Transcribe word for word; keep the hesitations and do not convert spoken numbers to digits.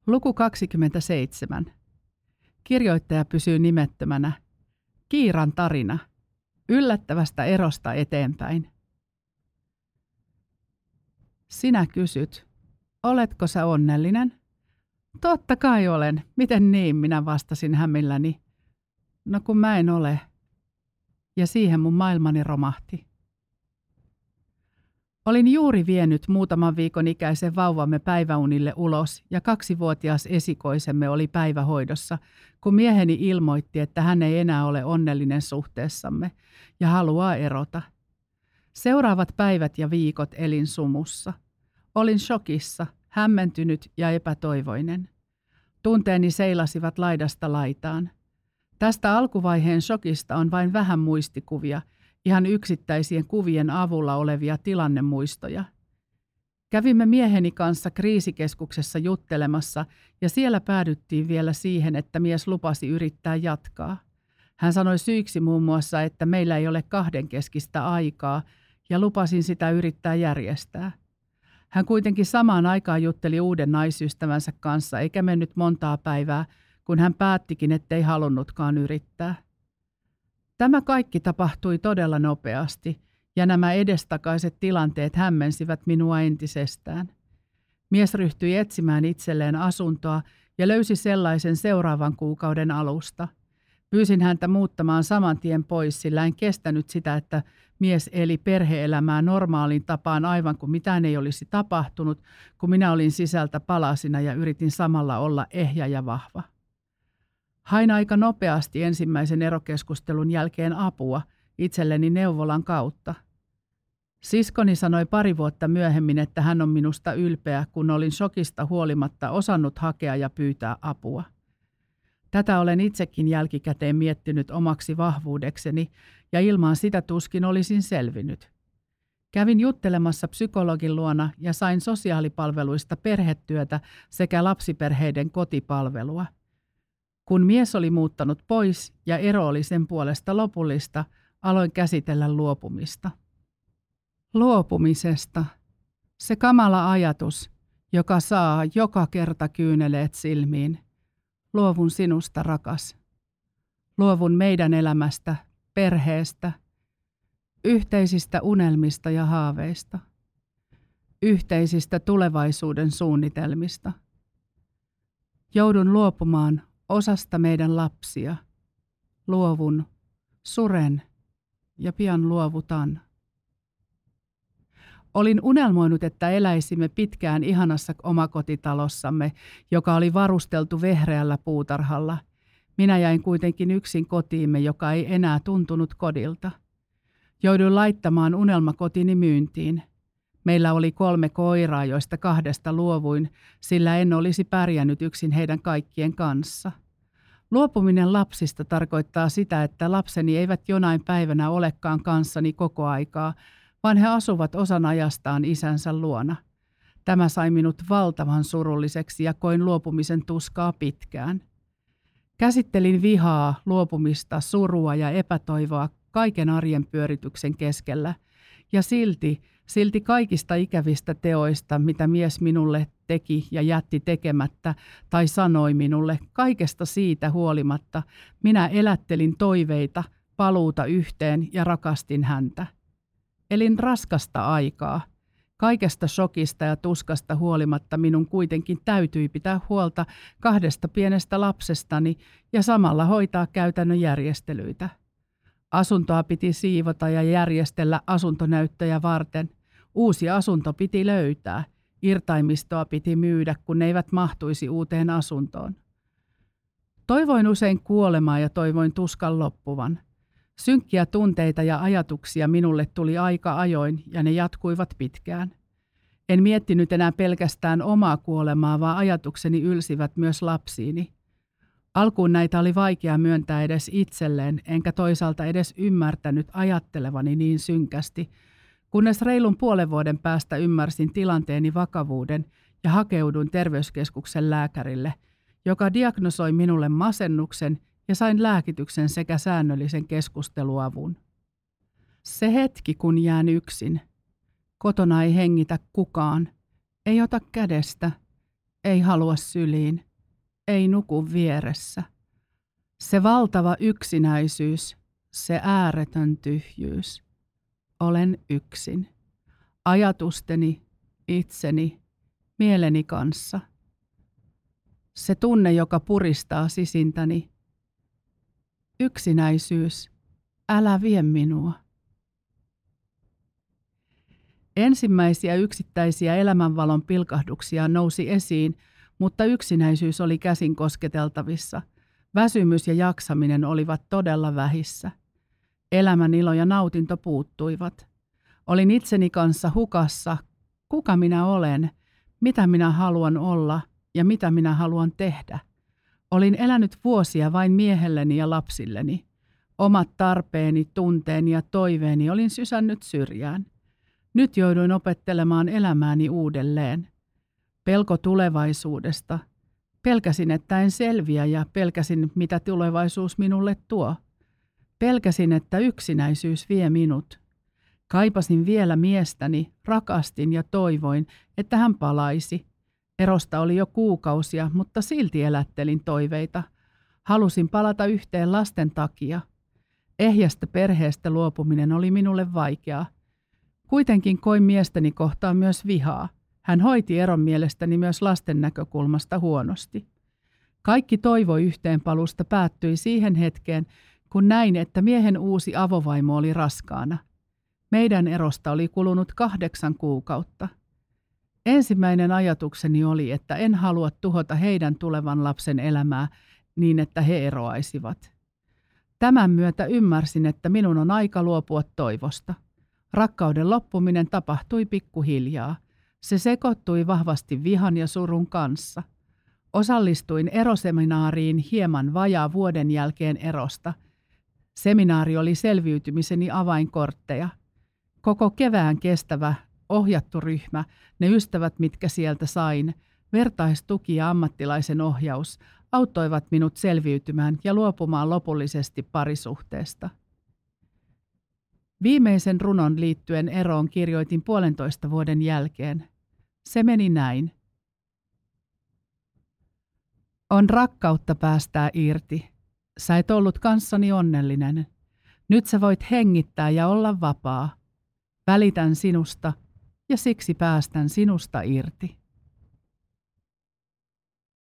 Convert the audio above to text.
Luku kaksikymmentäseitsemän. Kirjoittaja pysyy nimettömänä. Kiiran tarina. Yllättävästä erosta eteenpäin. Sinä kysyt, oletko sä onnellinen? Totta kai olen. Miten niin, minä vastasin hämilläni. No kun mä en ole. Ja siihen mun maailmani romahti. Olin juuri vienyt muutaman viikon ikäisen vauvamme päiväunille ulos ja kaksivuotias esikoisemme oli päivähoidossa, kun mieheni ilmoitti, että hän ei enää ole onnellinen suhteessamme ja haluaa erota. Seuraavat päivät ja viikot elin sumussa. Olin shokissa, hämmentynyt ja epätoivoinen. Tunteeni seilasivat laidasta laitaan. Tästä alkuvaiheen shokista on vain vähän muistikuvia, ihan yksittäisien kuvien avulla olevia tilannemuistoja. Kävimme mieheni kanssa kriisikeskuksessa juttelemassa ja siellä päädyttiin vielä siihen, että mies lupasi yrittää jatkaa. Hän sanoi syyksi muun muassa, että meillä ei ole kahdenkeskistä aikaa ja lupasin sitä yrittää järjestää. Hän kuitenkin samaan aikaan jutteli uuden naisystävänsä kanssa eikä mennyt montaa päivää, kun hän päättikin, ettei halunnutkaan yrittää. Tämä kaikki tapahtui todella nopeasti, ja nämä edestakaiset tilanteet hämmensivät minua entisestään. Mies ryhtyi etsimään itselleen asuntoa ja löysi sellaisen seuraavan kuukauden alusta. Pyysin häntä muuttamaan saman tien pois, sillä en kestänyt sitä, että mies eli perhe-elämää normaalin tapaan aivan kuin mitään ei olisi tapahtunut, kun minä olin sisältä palasina ja yritin samalla olla ehjä ja vahva. Hain aika nopeasti ensimmäisen erokeskustelun jälkeen apua itselleni neuvolan kautta. Siskoni sanoi pari vuotta myöhemmin, että hän on minusta ylpeä, kun olin shokista huolimatta osannut hakea ja pyytää apua. Tätä olen itsekin jälkikäteen miettinyt omaksi vahvuudekseni ja ilman sitä tuskin olisin selvinnyt. Kävin juttelemassa psykologin luona ja sain sosiaalipalveluista perhetyötä sekä lapsiperheiden kotipalvelua. Kun mies oli muuttanut pois ja ero oli sen puolesta lopullista, aloin käsitellä luopumista. Luopumisesta. Se kamala ajatus, joka saa joka kerta kyyneleet silmiin. Luovun sinusta, rakas. Luovun meidän elämästä, perheestä, yhteisistä unelmista ja haaveista, yhteisistä tulevaisuuden suunnitelmista. Joudun luopumaan osasta meidän lapsia. Luovun, suren ja pian luovutan. Olin unelmoinut, että eläisimme pitkään ihanassa omakotitalossamme, joka oli varusteltu vehreällä puutarhalla. Minä jäin kuitenkin yksin kotiimme, joka ei enää tuntunut kodilta. Jouduin laittamaan unelmakotini myyntiin. Meillä oli kolme koiraa, joista kahdesta luovuin, sillä en olisi pärjännyt yksin heidän kaikkien kanssa. Luopuminen lapsista tarkoittaa sitä, että lapseni eivät jonain päivänä olekaan kanssani koko aikaa, vaan he asuvat osan ajastaan isänsä luona. Tämä sai minut valtavan surulliseksi ja koin luopumisen tuskaa pitkään. Käsittelin vihaa, luopumista, surua ja epätoivoa kaiken arjen pyörityksen keskellä. Ja silti, silti kaikista ikävistä teoista, mitä mies minulle teki ja jätti tekemättä tai sanoi minulle, kaikesta siitä huolimatta, minä elättelin toiveita, paluuta yhteen ja rakastin häntä. Elin raskasta aikaa. Kaikesta shokista ja tuskasta huolimatta minun kuitenkin täytyi pitää huolta kahdesta pienestä lapsestani ja samalla hoitaa käytännön järjestelyitä. Asuntoa piti siivota ja järjestellä asuntonäyttöjä varten. Uusi asunto piti löytää. Irtaimistoa piti myydä, kun ne eivät mahtuisi uuteen asuntoon. Toivoin usein kuolemaa ja toivoin tuskan loppuvan. Synkkiä tunteita ja ajatuksia minulle tuli aika ajoin ja ne jatkuivat pitkään. En miettinyt enää pelkästään omaa kuolemaa, vaan ajatukseni ylsivät myös lapsiini. Alkuun näitä oli vaikea myöntää edes itselleen, enkä toisaalta edes ymmärtänyt ajattelevani niin synkästi, kunnes reilun puolen vuoden päästä ymmärsin tilanteeni vakavuuden ja hakeuduin terveyskeskuksen lääkärille, joka diagnosoi minulle masennuksen ja sain lääkityksen sekä säännöllisen keskusteluavun. Se hetki, kun jään yksin. Kotona ei hengitä kukaan, ei ota kädestä, ei halua syliin, ei nuku vieressä. Se valtava yksinäisyys, se ääretön tyhjyys. Olen yksin. Ajatusteni, itseni, mieleni kanssa. Se tunne, joka puristaa sisintäni. Yksinäisyys, älä vie minua. Ensimmäisiä yksittäisiä elämänvalon pilkahduksia nousi esiin, mutta yksinäisyys oli käsin kosketeltavissa. Väsymys ja jaksaminen olivat todella vähissä. Elämän ilo ja nautinto puuttuivat. Olin itseni kanssa hukassa. Kuka minä olen? Mitä minä haluan olla ja mitä minä haluan tehdä? Olin elänyt vuosia vain miehelleni ja lapsilleni. Omat tarpeeni, tunteeni ja toiveeni olin sysännyt syrjään. Nyt jouduin opettelemaan elämääni uudelleen. Pelko tulevaisuudesta. Pelkäsin, että en selviä ja pelkäsin, mitä tulevaisuus minulle tuo. Pelkäsin, että yksinäisyys vie minut. Kaipasin vielä miestäni, rakastin ja toivoin, että hän palaisi. Erosta oli jo kuukausia, mutta silti elättelin toiveita. Halusin palata yhteen lasten takia. Ehjästä perheestä luopuminen oli minulle vaikeaa. Kuitenkin koin miestäni kohtaan myös vihaa. Hän hoiti eron mielestäni myös lasten näkökulmasta huonosti. Kaikki toivo yhteenpalusta päättyi siihen hetkeen, kun näin, että miehen uusi avovaimo oli raskaana. Meidän erosta oli kulunut kahdeksan kuukautta. Ensimmäinen ajatukseni oli, että en halua tuhota heidän tulevan lapsen elämää niin, että he eroaisivat. Tämän myötä ymmärsin, että minun on aika luopua toivosta. Rakkauden loppuminen tapahtui pikkuhiljaa. Se sekoittui vahvasti vihan ja surun kanssa. Osallistuin eroseminaariin hieman vajaa vuoden jälkeen erosta. Seminaari oli selviytymiseni avainkortteja. Koko kevään kestävä, ohjattu ryhmä, ne ystävät, mitkä sieltä sain, vertaistuki ja ammattilaisen ohjaus auttoivat minut selviytymään ja luopumaan lopullisesti parisuhteesta. Viimeisen runon liittyen eroon kirjoitin puolentoista vuoden jälkeen. Se meni näin. On rakkautta päästää irti. Sä et ollut kanssani onnellinen. Nyt sä voit hengittää ja olla vapaa. Välitän sinusta ja siksi päästän sinusta irti.